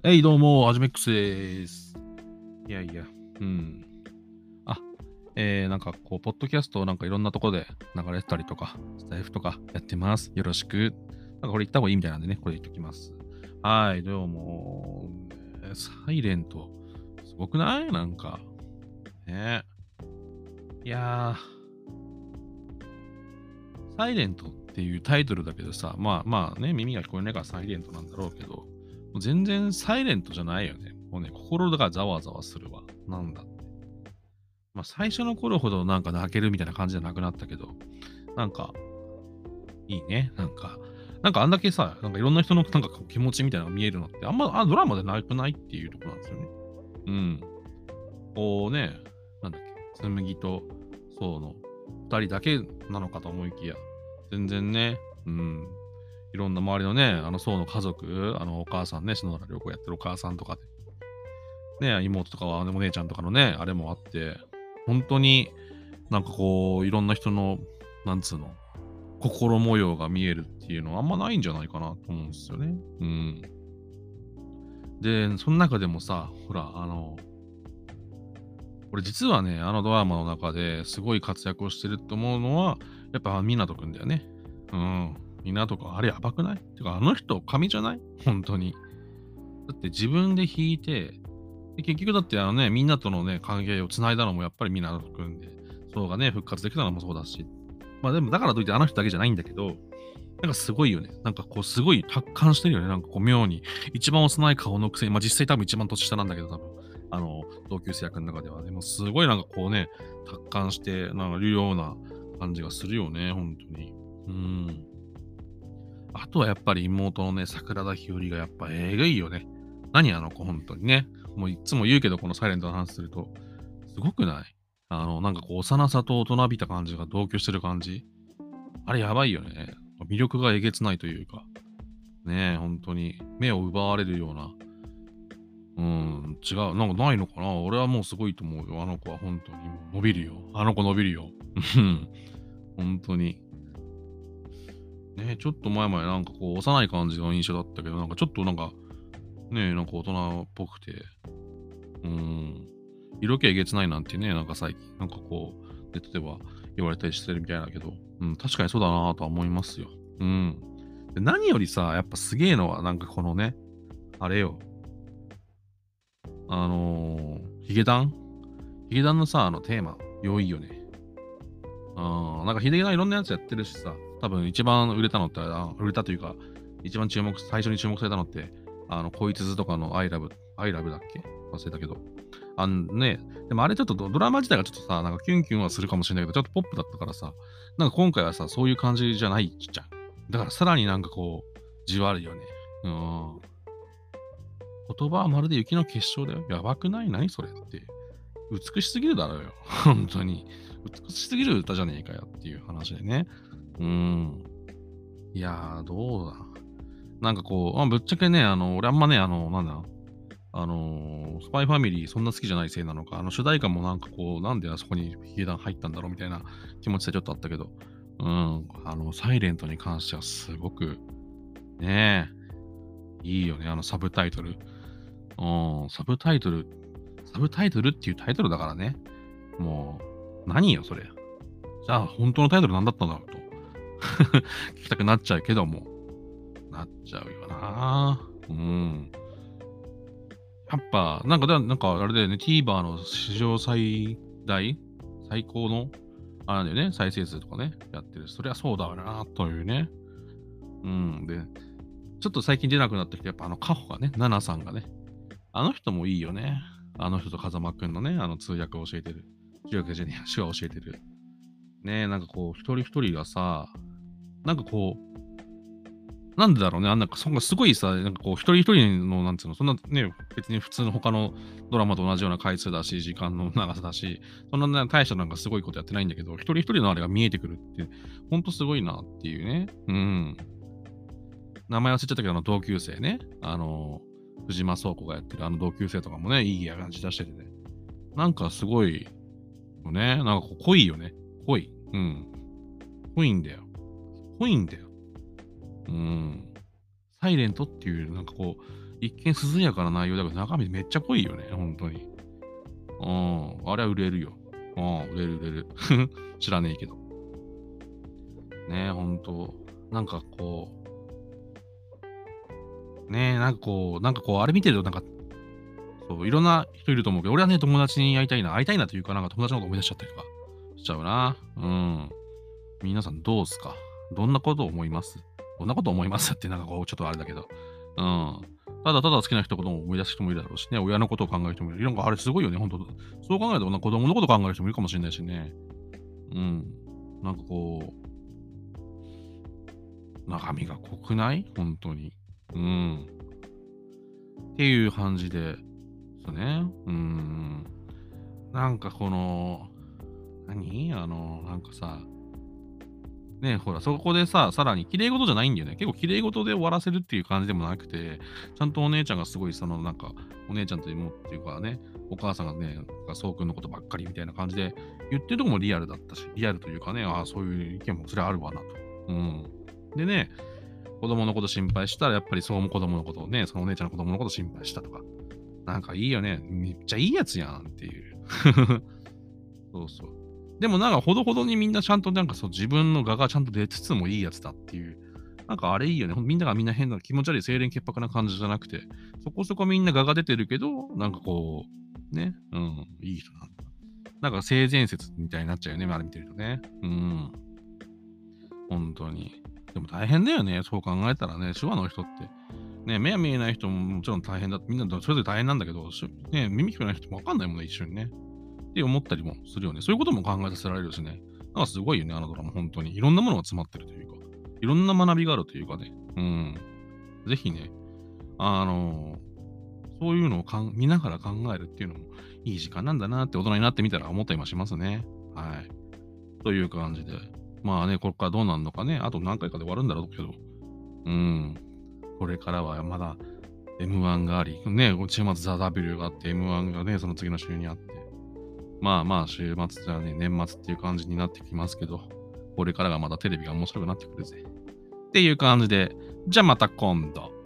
どうも、アジメックスです。いやいや、うん。あ、なんかこう、ポッドキャストをなんかいろんなとこで流れてたりとか、スタイフとかやってます。よろしく。なんかこれ言った方がいいみたいなんでね、これ言っときます。はい、どうも。サイレント、すごくないなんか。ね。いやサイレントっていうタイトルだけどさ、まあまあね、耳が聞こえないからサイレントなんだろうけど、もう全然サイレントじゃないよね。もうね、心がざわざわするわ。なんだって。まあ、最初の頃ほどなんか泣けるみたいな感じじゃなくなったけど、なんか、いいね。なんかあんだけさ、なんかいろんな人のなんか気持ちみたいなのが見えるのって、あんま、ドラマでなくないっていうところなんですよね。うん。こうね、なんだっけ、紬とそうの二人だけなのかと思いきや、全然ね、うん。いろんな周りのね、そうの家族、お母さんね、篠原涼子やってるお母さんとかで、ね、妹とかは、お姉ちゃんとかのね、あれもあって、本当になんかこう、いろんな人の、なんつうの、心模様が見えるっていうのはあんまないんじゃないかなと思うんですよね。うん。で、その中でもさ、ほら、俺実はね、あのドラマの中ですごい活躍をしてると思うのは、やっぱ湊くんだよね。うん。湊くん、あれやばくないてか、あの人、神じゃない本当に。だって自分で弾いて、で結局だってみんなとのね、関係を繋いだのもやっぱり湊くんで、そうがね、復活できたのもそうだし、まあでもだからといってあの人だけじゃないんだけど、なんかすごいよね。なんかこうすごい達観してるよね。なんかこう妙に。一番幼い顔のくせに、まあ実際多分一番年下なんだけど、多分。同級生役の中では。でもすごいなんかこうね、達観して、なんかいるような感じがするよね、ほんとに。うん。あとはやっぱり妹のね、桜田ひよりがやっぱえぐいよね。何あの子ほんとにね。もういっつも言うけど、このサイレントの話すると、すごくないなんかこう幼さと大人びた感じが同居してる感じ。あれやばいよね。魅力がえげつないというか、ねえ、ほんとに目を奪われるような、違う、なんかないのかな。俺はもうすごいと思うよ。あの子はほんとにもう伸びるよ。あの子伸びるよ。うん。ほんとに。ねえ、ちょっと前までなんかこう幼い感じの印象だったけど、なんかちょっとなんか、ねえ、なんか大人っぽくて、うーん、色気えげつないなんてね、なんか最近、なんかこう、ネットでは言われたりしてるみたいだけど、うん、確かにそうだなとは思いますよ。うん。で、何よりさ、やっぱすげえのは、なんかこのね、あれよ、ヒゲダンヒゲダンのさ、テーマ、良いよね。なんかヒゲダンいろんなやつやってるしさ、多分一番売れたのって、売れたというか、一番最初に注目されたのって、恋鈴とかのアイラブだっけ忘れたけど。ね、でもあれちょっとドラマ自体がちょっとさ、なんかキュンキュンはするかもしれないけど、ちょっとポップだったからさ、なんか今回はさ、そういう感じじゃないじゃん。だからさらになんかこう、じわるよね。うん。言葉はまるで雪の結晶だよ。やばくない何それって。美しすぎるだろうよ。本当に。美しすぎる歌じゃねえかよっていう話でね。うーん。いやー、どうだ。なんかこう、ぶっちゃけね、俺あんまね、なんだ、スパイファミリーそんな好きじゃないせいなのか、主題歌もなんかこう、なんであそこにヒゲダン入ったんだろうみたいな気持ちでちょっとあったけど、サイレントに関してはすごく、ねいいよね、サブタイトル。サブタイトルっていうタイトルだからね。もう、何よ、それ。じゃあ、本当のタイトル何だったんだろうと聞きたくなっちゃうけども、なっちゃうよな。うん。やっぱ、なんかあれだよね、TVer の史上大最高の、あれだよね、再生数とかね、やってる。そりゃそうだよな、というね。うん。で、ちょっと最近出なくなってきて、やっぱカホがね、ナナさんがね、あの人もいいよね。あの人と風間くんのね、通訳を教えてる。通訳じゃねえや、手話を教えてる。ねえ、なんかこう、一人一人がさ、なんかこう、なんでだろうね、なんかそんなすごいさ、なんかこう、一人一人の、なんつうの、そんなね、別に普通の他のドラマと同じような回数だし、時間の長さだし、そんなね、大したなんかすごいことやってないんだけど、一人一人のあれが見えてくるって、ほんとすごいなっていうね。うん。名前忘れちゃったけど、同級生ね。藤間倉庫がやってる同級生とかもね、いい感じ出しててね。なんかすごいよね。なんかこう濃いよね。濃い。うん。濃いんだよ。濃いんだよ。うん。サイレントっていう、なんかこう、 一見涼やかな内容だけど、中身めっちゃ濃いよね、ほんとに。うん、あれは売れるよ。うん、売れる売れる。知らねえけど。ねえ、ほんと。なんかこねえ、あれ見てるとそう、いろんな人いると思うけど、俺はね、友達に会いたいなというか、友達のこと思い出しちゃったりとかしちゃうな。うん。皆さんどうすか？どんなことを思います？どんなこと思いますってちょっとあれだけど。うん。ただただ好きな人のことを思い出す人もいるだろうしね、親のことを考える人もいる。あれすごいよね、ほんと。そう考えると、子供のことを考える人もいるかもしれないしね。うん。中身が濃くない？ほんとに。うん。っていう感じですね。なんかこの、さ、ね、ほら、そこでさ、さらに綺麗事じゃないんだよね。結構綺麗事で終わらせるっていう感じでもなくて、ちゃんとお姉ちゃんがすごい、お姉ちゃんと妹っていうかね、お母さんがね、そうくんのことばっかりみたいな感じで言ってるとこもリアルだったし、リアルというかね、ああ、そういう意見もそれあるわなと。うん。でね、子供のこと心配したら、やっぱりそうも子供のことをね、そのお姉ちゃんの子供のこと心配したとか、なんかいいよね。めっちゃいいやつやんっていう。そうそう。でもほどほどにみんなちゃんと自分の我がちゃんと出つつもいいやつだっていう。あれいいよね。みんながみんな変な気持ち悪い清廉潔白な感じじゃなくて、そこそこみんな我が出てるけど、ね、うん、いい人なんだ。性善説みたいになっちゃうよね、あれ見てるとね。うん。本当に。でも大変だよね、そう考えたらね、手話の人って。ね、目は見えない人ももちろん大変だ。みんなそれぞれ大変なんだけど、ね、耳聞こえない人もわかんないもんね、一緒にね。って思ったりもするよね。そういうことも考えさせられるしね。すごいよね、あのドラマ、本当に。いろんなものが詰まってるというか、いろんな学びがあるというかね。うん。ぜひね、あの、そういうのを見ながら考えるっていうのもいい時間なんだなって大人になってみたら思ったりもしますね。はい。という感じで。まあね、ここからどうなるのかね、あと何回かで終わるんだろうけど、うん。これからはまだ M1 があり、ね、週末ザ・ W があって、M1 がね、その次の週にあって、まあまあ、週末じゃね、年末っていう感じになってきますけど、これからがまたテレビが面白くなってくるぜ。っていう感じで、じゃあまた今度。